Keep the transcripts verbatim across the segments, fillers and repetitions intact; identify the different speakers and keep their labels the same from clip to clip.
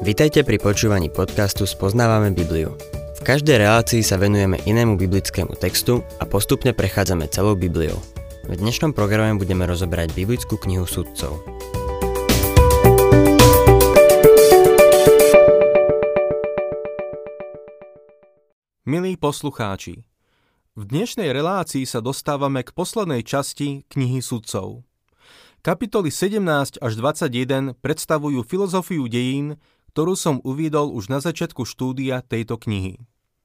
Speaker 1: Vitajte pri počúvaní podcastu Spoznávame Bibliu. V každej relácii sa venujeme inému biblickému textu a postupne prechádzame celou Bibliou. V dnešnom programe budeme rozoberať biblickú knihu Sudcov.
Speaker 2: Milí poslucháči, v dnešnej relácii sa dostávame k poslednej časti knihy Sudcov. Kapitoly sedemnásť až dvadsaťjeden predstavujú filozofiu dejín, ktorú som uviedol už na začiatku štúdia tejto knihy.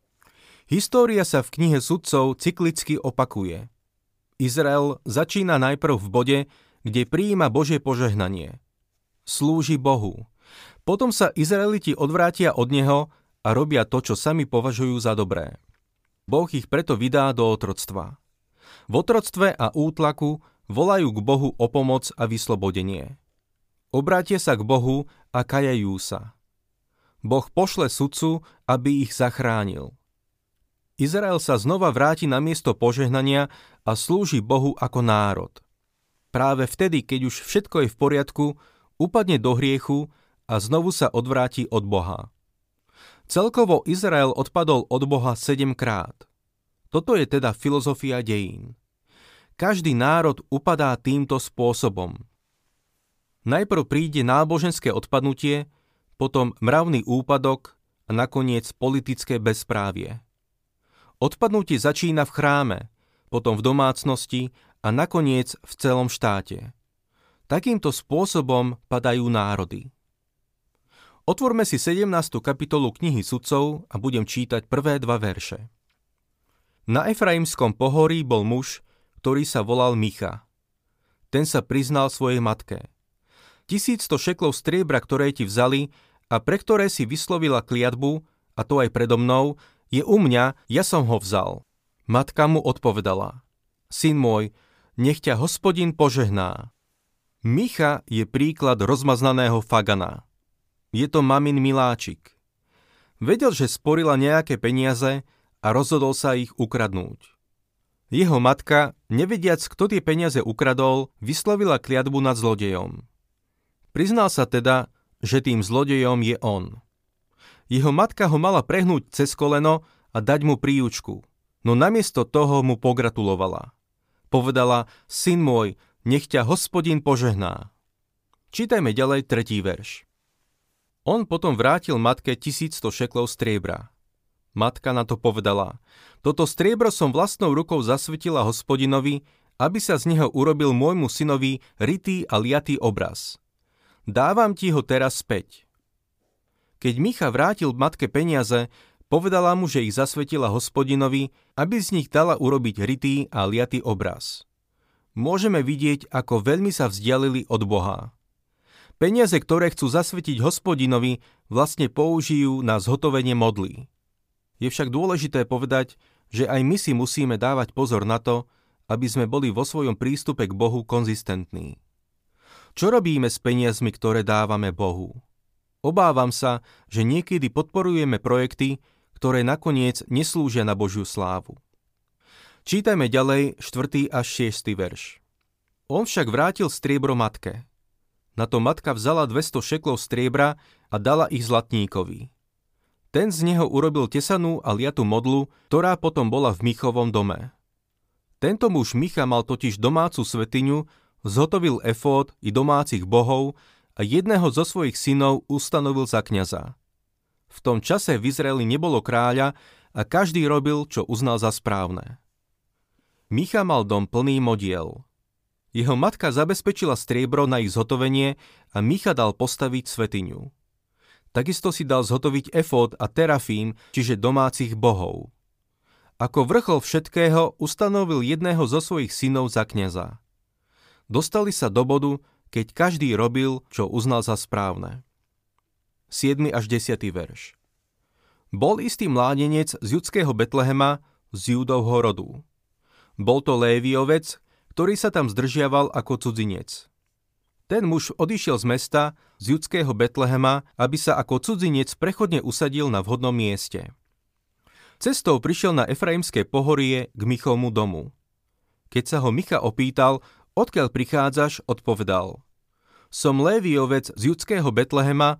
Speaker 2: História sa v knihe Sudcov cyklicky opakuje. Izrael začína najprv v bode, kde prijíma Božie požehnanie. Slúži Bohu. Potom sa Izraeliti odvrátia od neho a robia to, čo sami považujú za dobré. Boh ich preto vydá do otroctva. V otroctve a útlaku volajú k Bohu o pomoc a vyslobodenie. Obrátia sa k Bohu a kajajú sa. Boh pošle sudcu, aby ich zachránil. Izrael sa znova vráti na miesto požehnania a slúži Bohu ako národ. Práve vtedy, keď už všetko je v poriadku, upadne do hriechu a znovu sa odvráti od Boha. Celkovo Izrael odpadol od Boha sedemkrát. Toto je teda filozofia dejín. Každý národ upadá týmto spôsobom. Najprv príde náboženské odpadnutie, potom mravný úpadok a nakoniec politické bezprávie. Odpadnutie začína v chráme, potom v domácnosti a nakoniec v celom štáte. Takýmto spôsobom padajú národy. Otvorme si sedemnástu kapitolu knihy Sudcov a budem čítať prvé dva verše. Na Efraimskom pohorí bol muž, ktorý sa volal Micha. Ten sa priznal svojej matke. Tisícsto šeklov striebra, ktoré ti vzali a pre ktoré si vyslovila kliatbu, a to aj predo mnou, je u mňa, ja som ho vzal. Matka mu odpovedala: Syn môj, nech ťa Hospodin požehná. Micha je príklad rozmaznaného fagana. Je to mamin miláčik. Vedel, že sporila nejaké peniaze a rozhodol sa ich ukradnúť. Jeho matka, nevediac, kto tie peniaze ukradol, vyslovila kliatbu nad zlodejom. Priznal sa teda, že tým zlodejom je on. Jeho matka ho mala prehnúť cez koleno a dať mu príučku, no namiesto toho mu pogratulovala. Povedala: Syn môj, nech ťa Hospodin požehná. Čítajme ďalej tretí verš. On potom vrátil matke tisícsto šeklov striebra. Matka na to povedala: Toto striebro som vlastnou rukou zasvetila Hospodinovi, aby sa z neho urobil môjmu synovi rytý a liatý obraz. Dávam ti ho teraz späť. Keď Micha vrátil matke peniaze, povedala mu, že ich zasvetila Hospodinovi, aby z nich dala urobiť rytý a liatý obraz. Môžeme vidieť, ako veľmi sa vzdialili od Boha. Peniaze, ktoré chcú zasvetiť Hospodinovi, vlastne použijú na zhotovenie modly. Je však dôležité povedať, že aj my si musíme dávať pozor na to, aby sme boli vo svojom prístupe k Bohu konzistentní. Čo robíme s peniazmi, ktoré dávame Bohu? Obávam sa, že niekedy podporujeme projekty, ktoré nakoniec neslúžia na Božiu slávu. Čítajme ďalej štvrtý až šiesty verš. On však vrátil striebro matke. Na to matka vzala dvesto šeklov striebra a dala ich zlatníkovi. Ten z neho urobil tesanú a liatú modlu, ktorá potom bola v Michovom dome. Tento muž Micha mal totiž domácu svätyňu, zhotovil efód i domácich bohov a jedného zo svojich synov ustanovil za kňaza. V tom čase v Izraeli nebolo kráľa a každý robil, čo uznal za správne. Micha mal dom plný modiel. Jeho matka zabezpečila striebro na ich zhotovenie a Micha dal postaviť svätyňu. Takisto si dal zhotoviť efód a terafím, čiže domácich bohov. Ako vrchol všetkého ustanovil jedného zo svojich synov za kňaza. Dostali sa do bodu, keď každý robil, čo uznal za správne. siedmy až desiaty verš. Bol istý mládenec z judského Betlehema, z Júdovho rodu. Bol to Léviovec, ktorý sa tam zdržiaval ako cudzinec. Ten muž odišiel z mesta, z judského Betlehema, aby sa ako cudzinec prechodne usadil na vhodnom mieste. Cestou prišiel na Efraimské pohorie k Michovmu domu. Keď sa ho Micha opýtal, odkiaľ prichádzaš, odpovedal: Som Léviovec z judského Betlehema a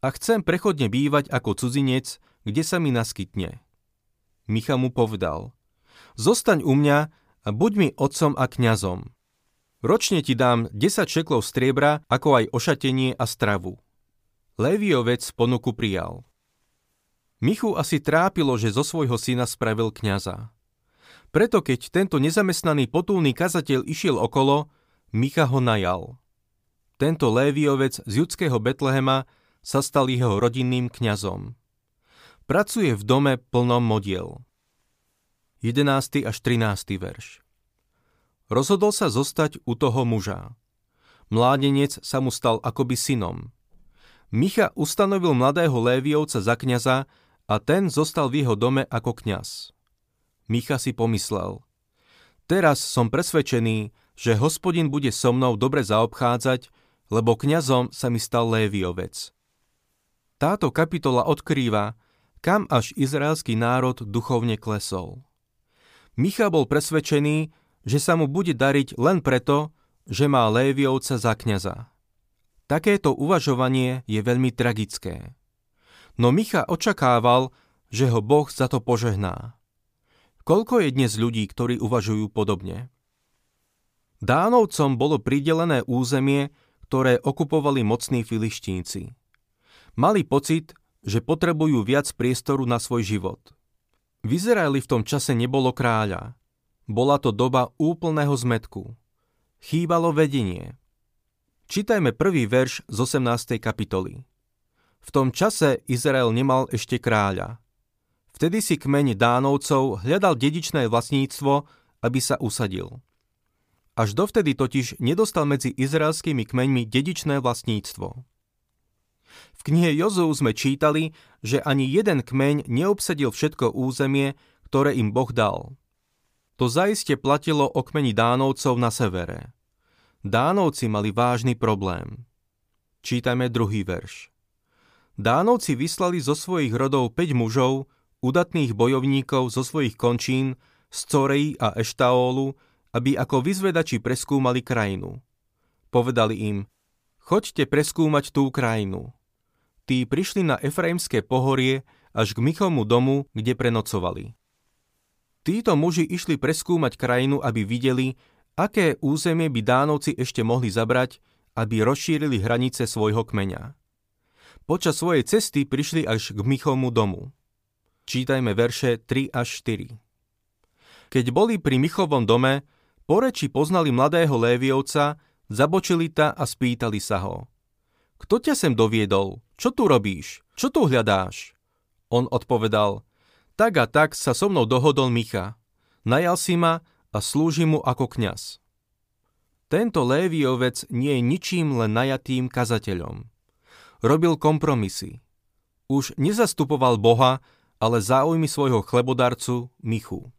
Speaker 2: a chcem prechodne bývať ako cudzinec, kde sa mi naskytne. Micha mu povedal: Zostaň u mňa a buď mi otcom a kňazom. Ročne ti dám desať šeklov striebra, ako aj ošatenie a stravu. Léviovec ponuku prijal. Michu asi trápilo, že zo svojho syna spravil kňaza. Preto keď tento nezamestnaný potulný kazateľ išiel okolo, Micha ho najal. Tento Léviovec z judského Betlehema sa stal jeho rodinným kňazom. Pracuje v dome plnom modiel. jedenásty až trinásty verš. Rozhodol sa zostať u toho muža. Mládenec sa mu stal akoby synom. Micha ustanovil mladého Léviovca za kňaza a ten zostal v jeho dome ako kňaz. Micha si pomyslel: Teraz som presvedčený, že Hospodin bude so mnou dobre zaobchádzať, lebo kňazom sa mi stal Léviovec. Táto kapitola odkrýva, kam až izraelský národ duchovne klesol. Micha bol presvedčený, že sa mu bude dariť len preto, že má Léviovca za kňaza. Takéto uvažovanie je veľmi tragické. No Micha očakával, že ho Boh za to požehná. Koľko je dnes ľudí, ktorí uvažujú podobne? Dánovcom bolo pridelené územie, ktoré okupovali mocní Filištínci. Mali pocit, že potrebujú viac priestoru na svoj život. V Izraeli v tom čase nebolo kráľa. Bola to doba úplného zmätku. Chýbalo vedenie. Čítajme prvý verš z osemnástej kapitoly. V tom čase Izrael nemal ešte kráľa. Vtedy si kmeň Dánovcov hľadal dedičné vlastníctvo, aby sa usadil. Až dovtedy totiž nedostal medzi izraelskými kmeňmi dedičné vlastníctvo. V knihe Jozue sme čítali, že ani jeden kmeň neobsadil všetko územie, ktoré im Boh dal. To zaiste platilo o kmeni Dánovcov na severe. Dánovci mali vážny problém. Čítajme druhý verš. Dánovci vyslali zo svojich rodov päť mužov, udatných bojovníkov zo svojich končín, z Coreji a Eštaólu, aby ako vyzvedači preskúmali krajinu. Povedali im: Choďte preskúmať tú krajinu. Tí prišli na Efraimské pohorie až k Michovmu domu, kde prenocovali. Títo muži išli preskúmať krajinu, aby videli, aké územie by Dánovci ešte mohli zabrať, aby rozšírili hranice svojho kmeňa. Počas svojej cesty prišli až k Michovmu domu. Čítajme verše tri až štyri. Keď boli pri Michovom dome, po reči poznali mladého Léviovca, zabočili ta a spýtali sa ho: Kto ťa sem doviedol? Čo tu robíš? Čo tu hľadáš? On odpovedal: Tak a tak sa so mnou dohodol Micha. Najal si ma a slúži mu ako kňaz. Tento Léviovec nie je ničím len najatým kazateľom. Robil kompromisy. Už nezastupoval Boha, ale záujmy svojho chlebodarcu Michu.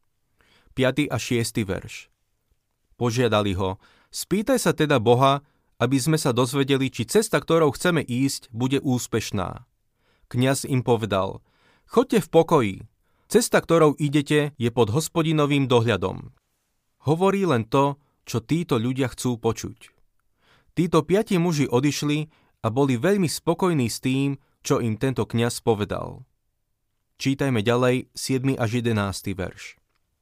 Speaker 2: piaty a šiesty verš. Požiadali ho: Spýtaj sa teda Boha, aby sme sa dozvedeli, či cesta, ktorou chceme ísť, bude úspešná. Kňaz im povedal: Choďte v pokoji. Cesta, ktorou idete, je pod Hospodinovým dohľadom. Hovorí len to, čo títo ľudia chcú počuť. Títo piati muži odišli a boli veľmi spokojní s tým, čo im tento kňaz povedal. Čítajme ďalej siedmy až jedenásty verš.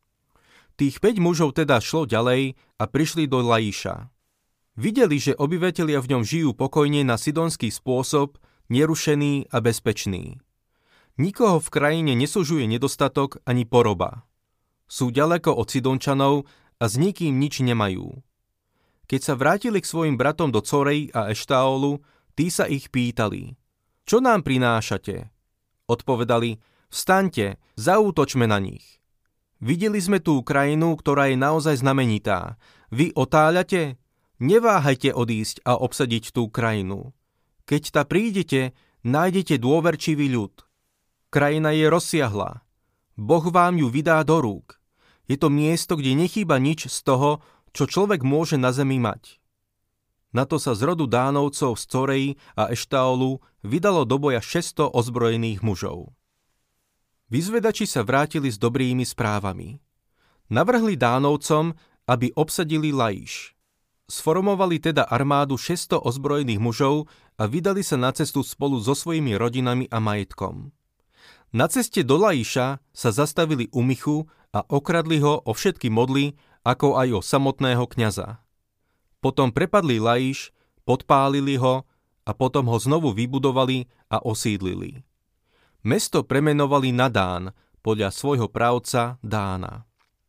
Speaker 2: Tých päť mužov teda šlo ďalej a prišli do Laiša. Videli, že obyvatelia v ňom žijú pokojne na sidonský spôsob, nerušený a bezpečný. Nikoho v krajine nesúžuje nedostatok ani poroba. Sú ďaleko od Sidončanov a s nikým nič nemajú. Keď sa vrátili k svojim bratom do Coreji a Eštaólu, tí sa ich pýtali: Čo nám prinášate? Odpovedali: Vstaňte, zaútočme na nich. Videli sme tú krajinu, ktorá je naozaj znamenitá. Vy otáľate? Neváhajte odísť a obsadiť tú krajinu. Keď ta prídete, nájdete dôverčivý ľud. Krajina je rozsiahla. Boh vám ju vydá do rúk. Je to miesto, kde nechýba nič z toho, čo človek môže na zemi mať. Na to sa z rodu Dánovcov z Coreji a Eštaólu vydalo do boja šesťsto ozbrojených mužov. Vyzvedači sa vrátili s dobrými správami. Navrhli Dánovcom, aby obsadili Laiš. sformovali teda armádu šesťsto ozbrojených mužov a vydali sa na cestu spolu so svojimi rodinami a majetkom. Na ceste do Laiša sa zastavili u Michu a okradli ho o všetky modly, ako aj o samotného kňaza. Potom prepadli Laiš, podpálili ho a potom ho znovu vybudovali a osídlili. Mesto premenovali na Dán, podľa svojho právca Dána.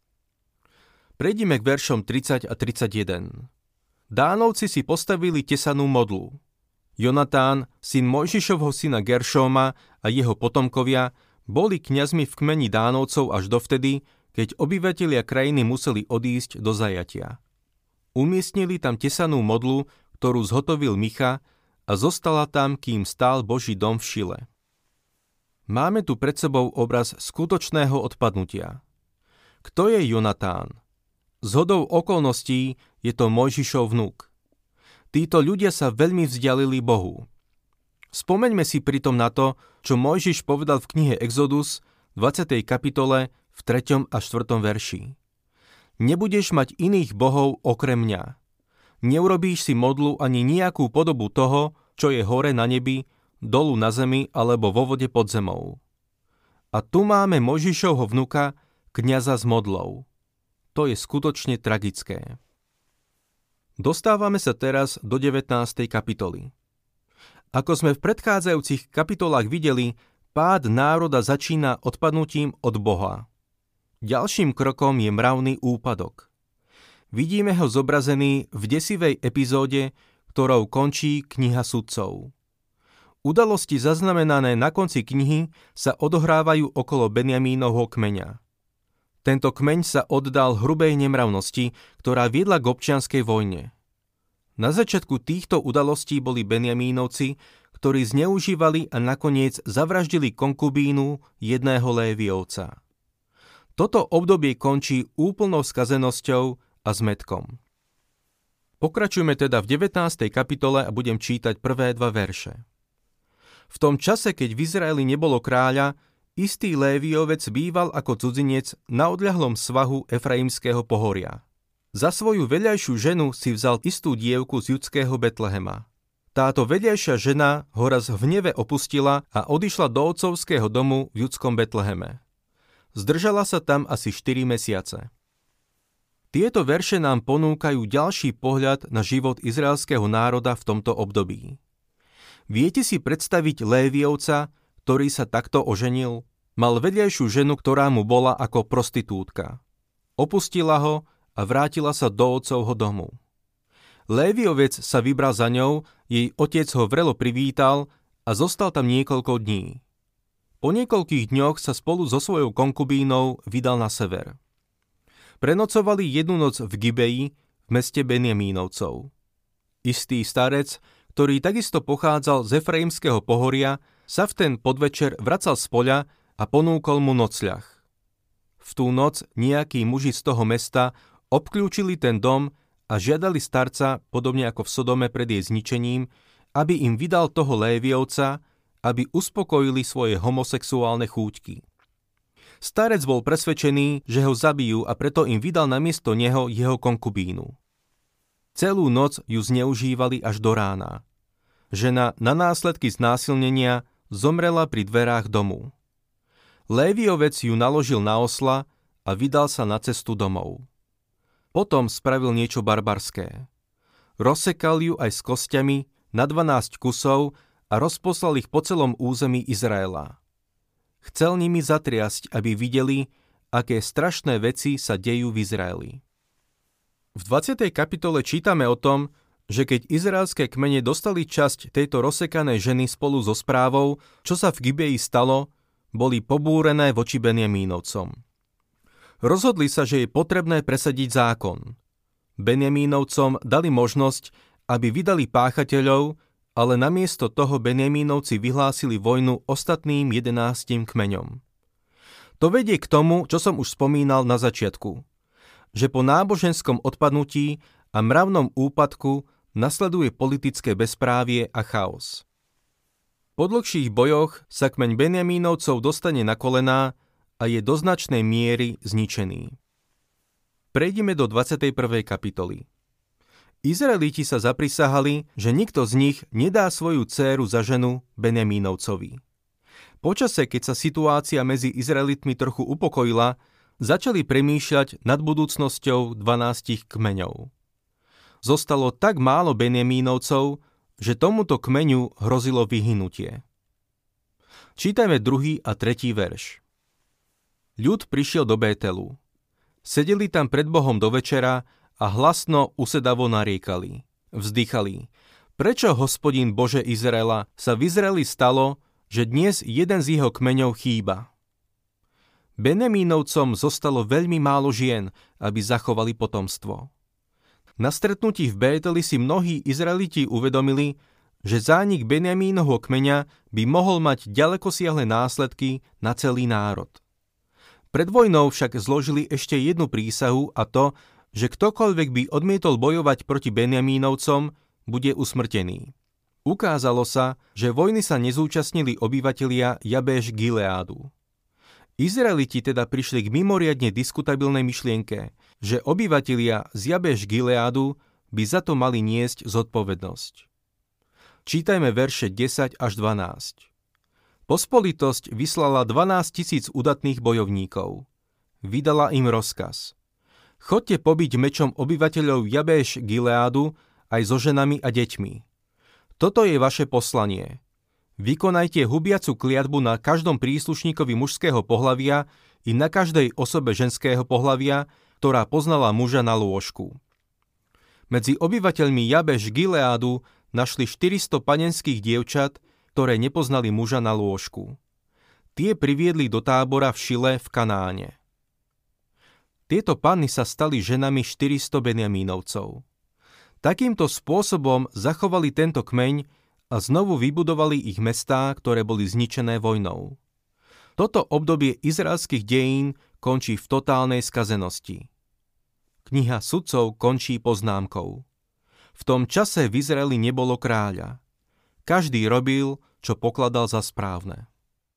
Speaker 2: Prejdime k veršom tridsať a tridsaťjeden. Dánovci si postavili tesanú modlu. Jonatán, syn Mojžišovho syna Geršóma a jeho potomkovia boli kňazmi v kmeni Dánovcov až dovtedy, keď obyvatelia krajiny museli odísť do zajatia. Umiestnili tam tesanú modlu, ktorú zhotovil Micha, a zostala tam, kým stál Boží dom v Šile. Máme tu pred sebou obraz skutočného odpadnutia. Kto je Jonatán? Zhodou okolností je to Mojžišov vnuk. Títo ľudia sa veľmi vzdialili Bohu. Spomeňme si pritom na to, čo Mojžiš povedal v knihe Exodus, dvadsiatej kapitole, v treťom a štvrtom verši. Nebudeš mať iných bohov okrem mňa. Neurobíš si modlu ani nejakú podobu toho, čo je hore na nebi, dolu na zemi alebo vo vode pod zemou. A tu máme Mojžišovho vnuka, kňaza s modlou. To je skutočne tragické. Dostávame sa teraz do devätnástej kapitoly. Ako sme v predchádzajúcich kapitolách videli, pád národa začína odpadnutím od Boha. Ďalším krokom je mravný úpadok. Vidíme ho zobrazený v desivej epizóde, ktorou končí kniha sudcov. Udalosti zaznamenané na konci knihy sa odohrávajú okolo Benjamínovho kmeňa. Tento kmeň sa oddal hrubej nemravnosti, ktorá viedla k občianskej vojne. Na začiatku týchto udalostí boli Benjamínovci, ktorí zneužívali a nakoniec zavraždili konkubínu jedného Léviovca. Toto obdobie končí úplnou skazenosťou a zmätkom. Pokračujeme teda v devätnástej kapitole a budem čítať prvé dva verše. V tom čase, keď v Izraeli nebolo kráľa, istý Léviovec býval ako cudzinec na odľahlom svahu Efraimského pohoria. Za svoju vedľajšiu ženu si vzal istú dievku z judského Betlehema. Táto vedľajšia žena ho raz v hneve opustila a odišla do otcovského domu v judskom Betleheme. Zdržala sa tam asi štyri mesiace. Tieto verše nám ponúkajú ďalší pohľad na život izraelského národa v tomto období. Viete si predstaviť Léviovca, ktorý sa takto oženil? Mal vedľajšiu ženu, ktorá mu bola ako prostitútka. Opustila ho a vrátila sa do otcovho domu. Léviovec sa vybral za ňou, jej otec ho vrelo privítal a zostal tam niekoľko dní. Po niekoľkých dňoch sa spolu so svojou konkubínou vydal na sever. Prenocovali jednu noc v Gibeji, v meste Benjamínovcov. Istý starec, ktorý takisto pochádzal z Efraimského pohoria, sa v ten podvečer vracal z poľa a ponúkol mu nocľah. V tú noc nejakí muži z toho mesta obkľúčili ten dom a žiadali starca, podobne ako v Sodome pred jej zničením, aby im vydal toho Léviovca, aby uspokojili svoje homosexuálne chúťky. Starec bol presvedčený, že ho zabijú a preto im vydal namiesto neho jeho konkubínu. Celú noc ju zneužívali až do rána. Žena na následky znásilnenia zomrela pri dverách domu. Léviovec ju naložil na osla a vydal sa na cestu domov. Potom spravil niečo barbarské. Rozsekal ju aj s kostiami na dvanásť kusov a rozposlal ich po celom území Izraela. Chcel nimi zatriasť, aby videli, aké strašné veci sa dejú v Izraeli. V dvadsiatej kapitole čítame o tom, že keď izraelské kmene dostali časť tejto rozsekanej ženy spolu so správou, čo sa v Gibeji stalo, boli pobúrené voči Benjamínovcom. Rozhodli sa, že je potrebné presadiť zákon. Benjamínovcom dali možnosť, aby vydali páchateľov, ale namiesto toho Benjamínovci vyhlásili vojnu ostatným jedenástim kmeňom. To vedie k tomu, čo som už spomínal na začiatku, že po náboženskom odpadnutí a mravnom úpadku nasleduje politické bezprávie a chaos. Po dlhších bojoch sa kmeň Benjamínovcov dostane na kolená a je do značnej miery zničený. Prejdime do dvadsiatej prvej kapitoly. Izraeliti sa zaprisahali, že nikto z nich nedá svoju dcéru za ženu Benjamínovcovi. Počase, keď sa situácia medzi Izraelitmi trochu upokojila, začali premýšľať nad budúcnosťou dvanástich kmeňov. Zostalo tak málo Benjamínovcov, že tomuto kmeňu hrozilo vyhynutie. Čítajme druhý a tretí verš. Ľud prišiel do Bételu. Sedeli tam pred Bohom do večera a hlasno usedavo nariekali. Vzdychali. Prečo, Hospodin Bože Izraela, sa v Izraeli stalo, že dnes jeden z jeho kmeňov chýba? Benjamínovcom zostalo veľmi málo žien, aby zachovali potomstvo. Na stretnutí v Bételi si mnohí Izraeliti uvedomili, že zánik Benjamínovho kmeňa by mohol mať ďalekosiahle následky na celý národ. Pred vojnou však zložili ešte jednu prísahu, a to, že ktokoľvek by odmietol bojovať proti Benjamínovcom, bude usmrtený. Ukázalo sa, že vojny sa nezúčastnili obyvatelia Jabéš Gileádu. Izraeliti teda prišli k mimoriadne diskutabilnej myšlienke, že obyvatelia z Jabéš Gileádu by za to mali niesť zodpovednosť. Čítajme verše desať až dvanásť. Pospolitosť vyslala dvanásť tisíc udatných bojovníkov. Vydala im rozkaz. Chodte pobiť mečom obyvateľov Jabéš Gileádu aj so ženami a deťmi. Toto je vaše poslanie. Vykonajte hubiacu kliatbu na každom príslušníkovi mužského pohlavia i na každej osobe ženského pohlavia, ktorá poznala muža na lôžku. Medzi obyvateľmi Jabéš Gileádu našli štyristo panenských dievčat, ktoré nepoznali muža na lôžku. Tie priviedli do tábora v Šile v Kanáne. Tieto panny sa stali ženami štyristo Benjamínovcov. Takýmto spôsobom zachovali tento kmeň a znovu vybudovali ich mestá, ktoré boli zničené vojnou. Toto obdobie izraelských dejín končí v totálnej skazenosti. Kniha Sudcov končí poznámkou. V tom čase v Izraeli nebolo kráľa. Každý robil, čo pokladal za správne.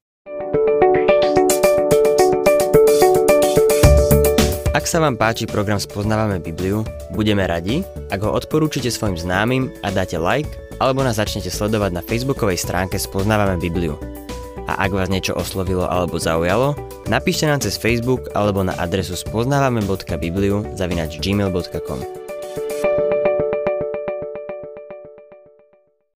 Speaker 1: Ak sa vám páči program Spoznávame Bibliu, budeme radi, ak ho odporúčite svojim známym a dáte like, alebo nás začnete sledovať na facebookovej stránke Spoznávame Bibliu. A ak vás niečo oslovilo alebo zaujalo, napíšte nám cez Facebook alebo na adresu spoznávame bodka bibliu zavináč gmail bodka com.